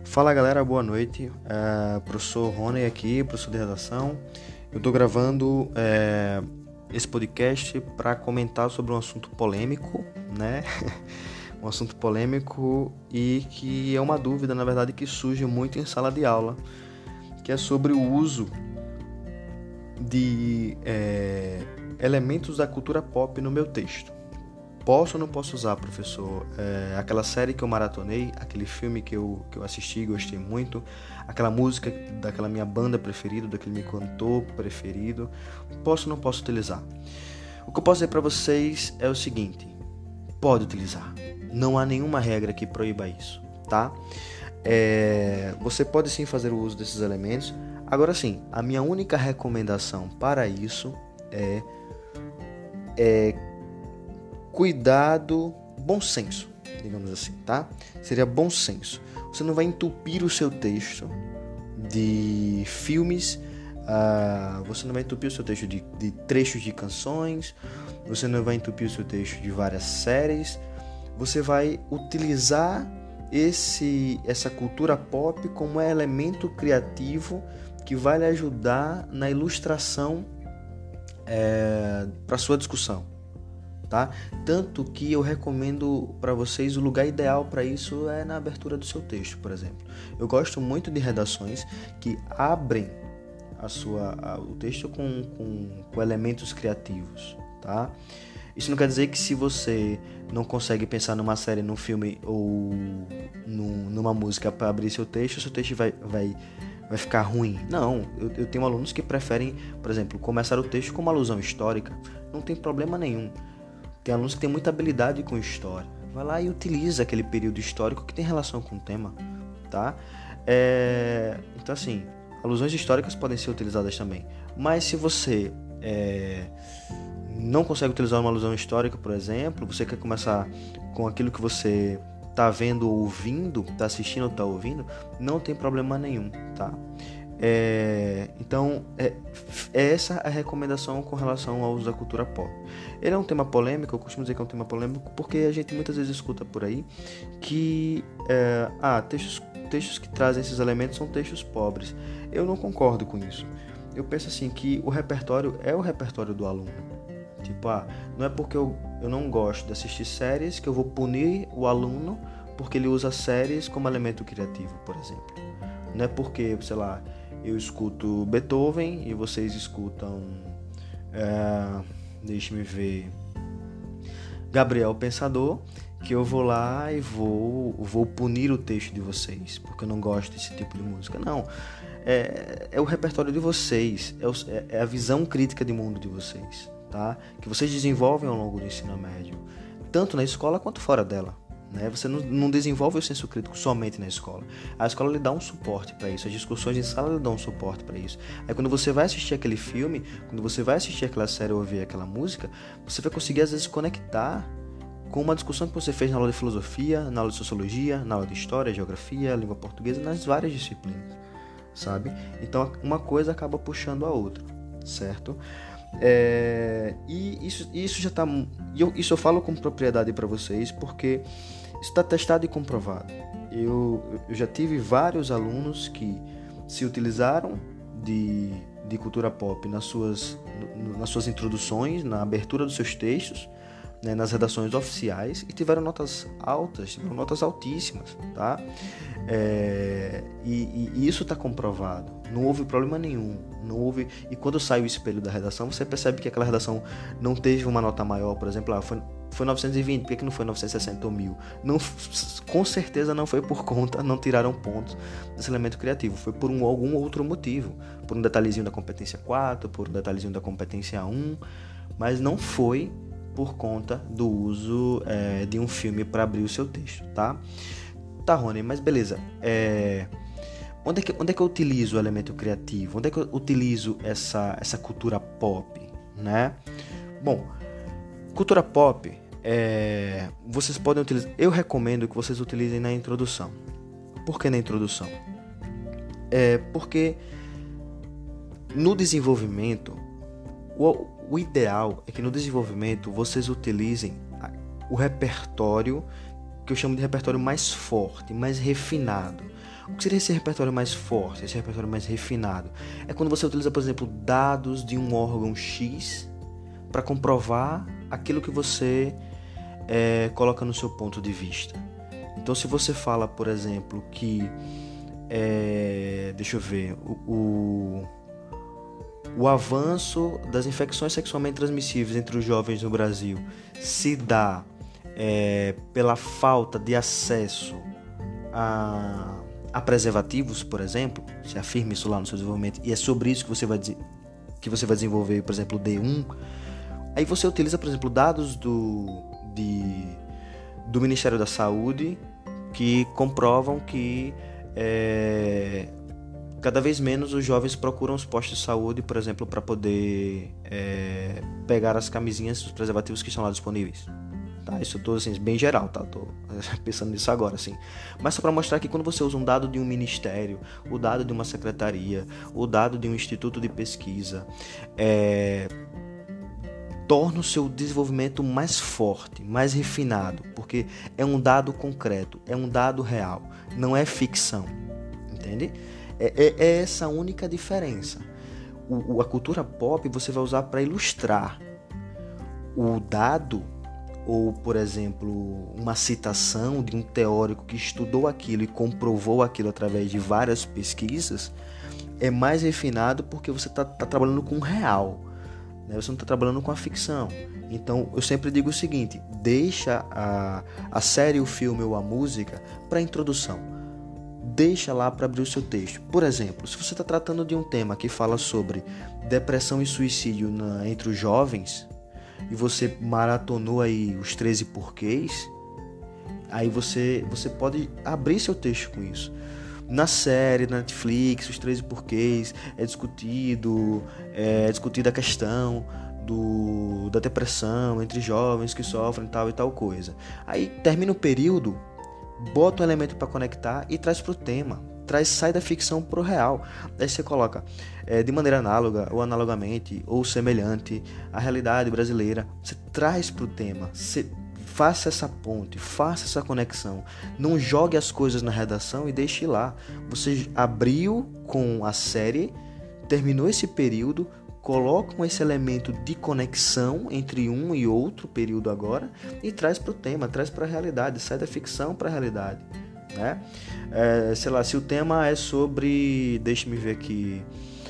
Fala galera, boa noite. Professor Rony aqui, professor de redação. Eu estou gravando esse podcast para comentar sobre um assunto polêmico, né? Um assunto polêmico e que é uma dúvida, na verdade, que surge muito em sala de aula, que é sobre o uso de elementos da cultura pop no meu texto. Posso ou não posso usar, professor? Aquela série que eu maratonei, aquele filme que eu assisti e gostei muito, aquela música daquela minha banda preferida, daquele meu cantor preferido, posso ou não posso utilizar? O que eu posso dizer para vocês é o seguinte: pode utilizar. Não há nenhuma regra que proíba isso, tá? Você pode sim fazer o uso desses elementos. Agora sim, a minha única recomendação para isso é cuidado, bom senso, digamos assim, tá? Seria bom senso. Você não vai entupir o seu texto de filmes, você não vai entupir o seu texto de trechos de canções, você não vai entupir o seu texto de várias séries. Você vai utilizar essa cultura pop como elemento criativo que vai lhe ajudar na ilustração para sua discussão. Tá? Tanto que eu recomendo para vocês, o lugar ideal para isso é na abertura do seu texto, por exemplo. Eu gosto muito de redações que abrem o texto com elementos criativos, tá? Isso não quer dizer que se você não consegue pensar numa série, num filme ou numa música para abrir seu texto vai ficar ruim. Não, eu tenho alunos que preferem, por exemplo, começar o texto com uma alusão histórica. Não tem problema nenhum. Tem alunos que têm muita habilidade com história. Vai lá e utiliza aquele período histórico que tem relação com o tema, tá? Então, assim, alusões históricas podem ser utilizadas também. Mas se você não consegue utilizar uma alusão histórica, por exemplo, você quer começar com aquilo que você está vendo ou ouvindo, está assistindo ou está ouvindo, não tem problema nenhum, tá? Então, essa a recomendação com relação ao uso da cultura pop. Ele é um tema polêmico, eu costumo dizer que é um tema polêmico porque a gente muitas vezes escuta por aí que textos que trazem esses elementos são textos pobres. Eu não concordo com isso. Eu penso assim que o repertório é o repertório do aluno. Tipo, não é porque eu não gosto de assistir séries que eu vou punir o aluno porque ele usa séries como elemento criativo, por exemplo. Não é porque, sei lá, eu escuto Beethoven e vocês escutam, deixe-me ver, Gabriel Pensador, que eu vou lá e vou punir o texto de vocês, porque eu não gosto desse tipo de música. Não, é o repertório de vocês, é a visão crítica de mundo de vocês, tá? Que vocês desenvolvem ao longo do ensino médio, tanto na escola quanto fora dela. Você não desenvolve o senso crítico somente na escola. A escola lhe dá um suporte para isso, as discussões em sala lhe dão um suporte para isso. Aí quando você vai assistir aquele filme, quando você vai assistir aquela série ou ouvir aquela música, você vai conseguir às vezes conectar com uma discussão que você fez na aula de filosofia, na aula de sociologia, na aula de história, geografia, língua portuguesa, nas várias disciplinas, sabe? Então uma coisa acaba puxando a outra, certo? E isso já está. Isso eu falo com propriedade para vocês porque isso está testado e comprovado. Eu já tive vários alunos que se utilizaram de cultura pop nas suas introduções, na abertura dos seus textos, né, nas redações oficiais, e tiveram notas altas, tiveram notas altíssimas, tá? E isso está comprovado. Não houve problema nenhum. Não houve. E quando sai o espelho da redação, você percebe que aquela redação não teve uma nota maior, por exemplo, foi 920, por que não foi 960 ou 1000? Não, com certeza não foi por conta, não tiraram pontos desse elemento criativo, foi por algum outro motivo, por um detalhezinho da competência 4, por um detalhezinho da competência 1, mas não foi por conta do uso de um filme para abrir o seu texto, tá? Tá, Rony, mas beleza. Onde é que eu utilizo o elemento criativo? Onde é que eu utilizo essa cultura pop, né? Bom, cultura pop, vocês podem utilizar. Eu recomendo que vocês utilizem na introdução. Por que na introdução? Porque no desenvolvimento, o ideal é que no desenvolvimento vocês utilizem o repertório que eu chamo de repertório mais forte, mais refinado. O que seria esse repertório mais forte, esse repertório mais refinado? É quando você utiliza, por exemplo, dados de um órgão X para comprovar aquilo que você coloca no seu ponto de vista. Então, se você fala, por exemplo, que deixa eu ver, o avanço das infecções sexualmente transmissíveis entre os jovens no Brasil se dá pela falta de acesso a preservativos, por exemplo, se afirma isso lá no seu desenvolvimento, e é sobre isso que você vai desenvolver, por exemplo, o D1, aí você utiliza, por exemplo, dados do Ministério da Saúde que comprovam que cada vez menos os jovens procuram os postos de saúde, por exemplo, para poder pegar as camisinhas, os preservativos que estão lá disponíveis. Tá? Isso eu tô assim, bem geral, tá? Tô pensando nisso agora, assim. Mas só para mostrar que quando você usa um dado de um ministério, o dado de uma secretaria, o dado de um instituto de pesquisa, torna o seu desenvolvimento mais forte, mais refinado, porque é um dado concreto, é um dado real, não é ficção, entende? É essa a única diferença. A cultura pop você vai usar para ilustrar. O dado, ou, por exemplo, uma citação de um teórico que estudou aquilo e comprovou aquilo através de várias pesquisas, é mais refinado porque você está trabalhando com o real. Você não está trabalhando com a ficção. Então, eu sempre digo o seguinte: deixa a série, o filme ou a música para a introdução. Deixa lá para abrir o seu texto. Por exemplo, se você está tratando de um tema que fala sobre depressão e suicídio entre os jovens, e você maratonou aí os 13 porquês, aí você pode abrir seu texto com isso. Na série, na Netflix, os 13 porquês, é discutida a questão da depressão entre jovens que sofrem tal e tal coisa. Aí termina o período, bota um elemento para conectar e traz para o tema. Sai da ficção pro real. Aí você coloca de maneira análoga, ou analogamente, ou semelhante à realidade brasileira. Você traz pro tema. Você faça essa ponte, faça essa conexão. Não jogue as coisas na redação e deixe lá. Você abriu com a série, terminou esse período, coloca esse elemento de conexão entre um e outro período agora e traz para o tema, traz para a realidade, sai da ficção para a realidade, né? Sei lá, se o tema é sobre, deixa-me ver aqui,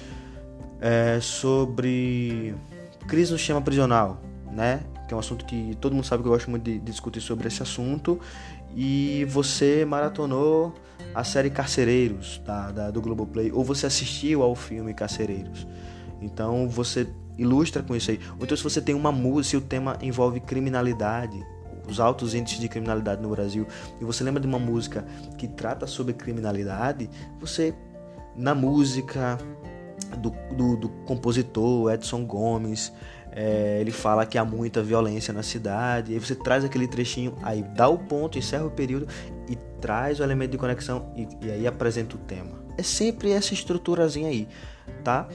sobre crise no sistema prisional, né? Que é um assunto que todo mundo sabe que eu gosto muito de discutir sobre esse assunto, e você maratonou a série Carcereiros do Globoplay, ou você assistiu ao filme Carcereiros. Então você ilustra com isso aí. Ou então se você tem uma música, se o tema envolve criminalidade, os altos índices de criminalidade no Brasil, e você lembra de uma música que trata sobre criminalidade, você, na música do compositor Edson Gomes, ele fala que há muita violência na cidade, aí você traz aquele trechinho, aí dá o ponto, encerra o período e traz o elemento de conexão e aí apresenta o tema. É sempre essa estruturazinha aí, tá?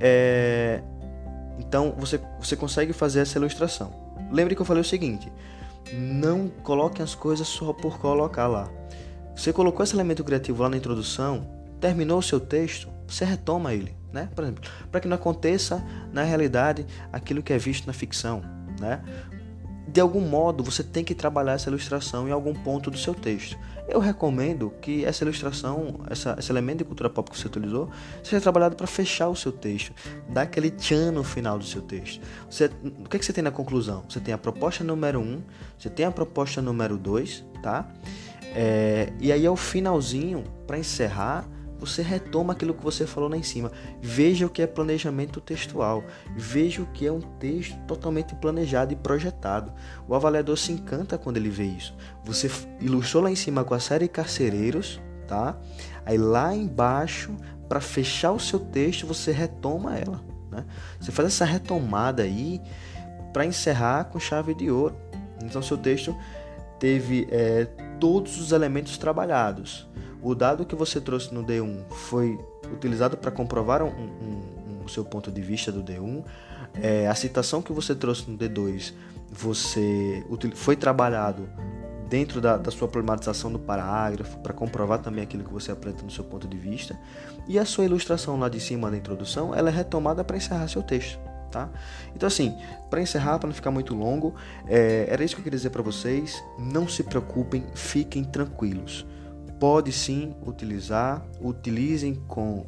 Então você consegue fazer essa ilustração. Lembre que eu falei o seguinte: não coloque as coisas só por colocar lá. Você colocou esse elemento criativo lá na introdução, terminou o seu texto, você retoma ele, né? Por exemplo, para que não aconteça na realidade aquilo que é visto na ficção, né? De algum modo você tem que trabalhar essa ilustração em algum ponto do seu texto. Eu recomendo que essa ilustração, esse elemento de cultura pop que você utilizou, seja trabalhado para fechar o seu texto, dar aquele tchan no final do seu texto. O que é que você tem na conclusão? Você tem a proposta número 1, você tem a proposta número 2, tá? E aí ao finalzinho, para encerrar, você retoma aquilo que você falou lá em cima. Veja o que é planejamento textual. Veja o que é um texto totalmente planejado e projetado. O avaliador se encanta quando ele vê isso. Você ilustrou lá em cima com a série Carcereiros, tá? Aí lá embaixo, para fechar o seu texto, você retoma ela, né? Você faz essa retomada aí para encerrar com chave de ouro. Então seu texto teve todos os elementos trabalhados. O dado que você trouxe no D1 foi utilizado para comprovar o seu ponto de vista do D1. A citação que você trouxe no D2 foi trabalhado dentro da sua problematização do parágrafo, para comprovar também aquilo que você apresenta no seu ponto de vista. E a sua ilustração lá de cima da introdução, ela é retomada para encerrar seu texto. Tá? Então assim, para encerrar, para não ficar muito longo, era isso que eu queria dizer para vocês. Não se preocupem, fiquem tranquilos. Pode sim utilizar, utilizem com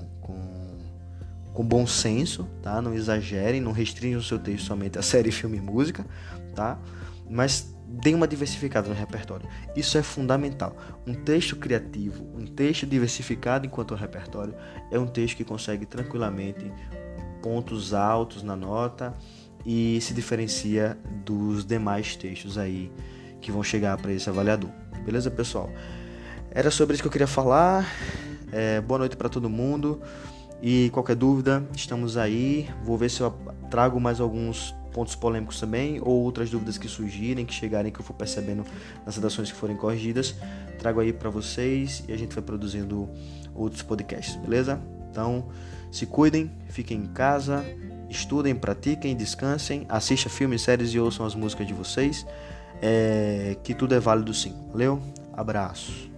bom senso, tá? Não exagerem, não restringam o seu texto somente a série, filme e música, tá? Mas deem uma diversificada no repertório. Isso é fundamental. Um texto criativo, um texto diversificado enquanto repertório, é um texto que consegue tranquilamente pontos altos na nota e se diferencia dos demais textos aí que vão chegar para esse avaliador. Beleza, pessoal? Era sobre isso que eu queria falar. Boa noite para todo mundo. E qualquer dúvida, estamos aí. Vou ver se eu trago mais alguns pontos polêmicos também, ou outras dúvidas que surgirem, que chegarem, que eu for percebendo nas redações que forem corrigidas. Trago aí para vocês e a gente vai produzindo outros podcasts, beleza? Então, se cuidem, fiquem em casa, estudem, pratiquem, descansem, assistam filmes, séries e ouçam as músicas de vocês. Que tudo é válido sim. Valeu? Abraço.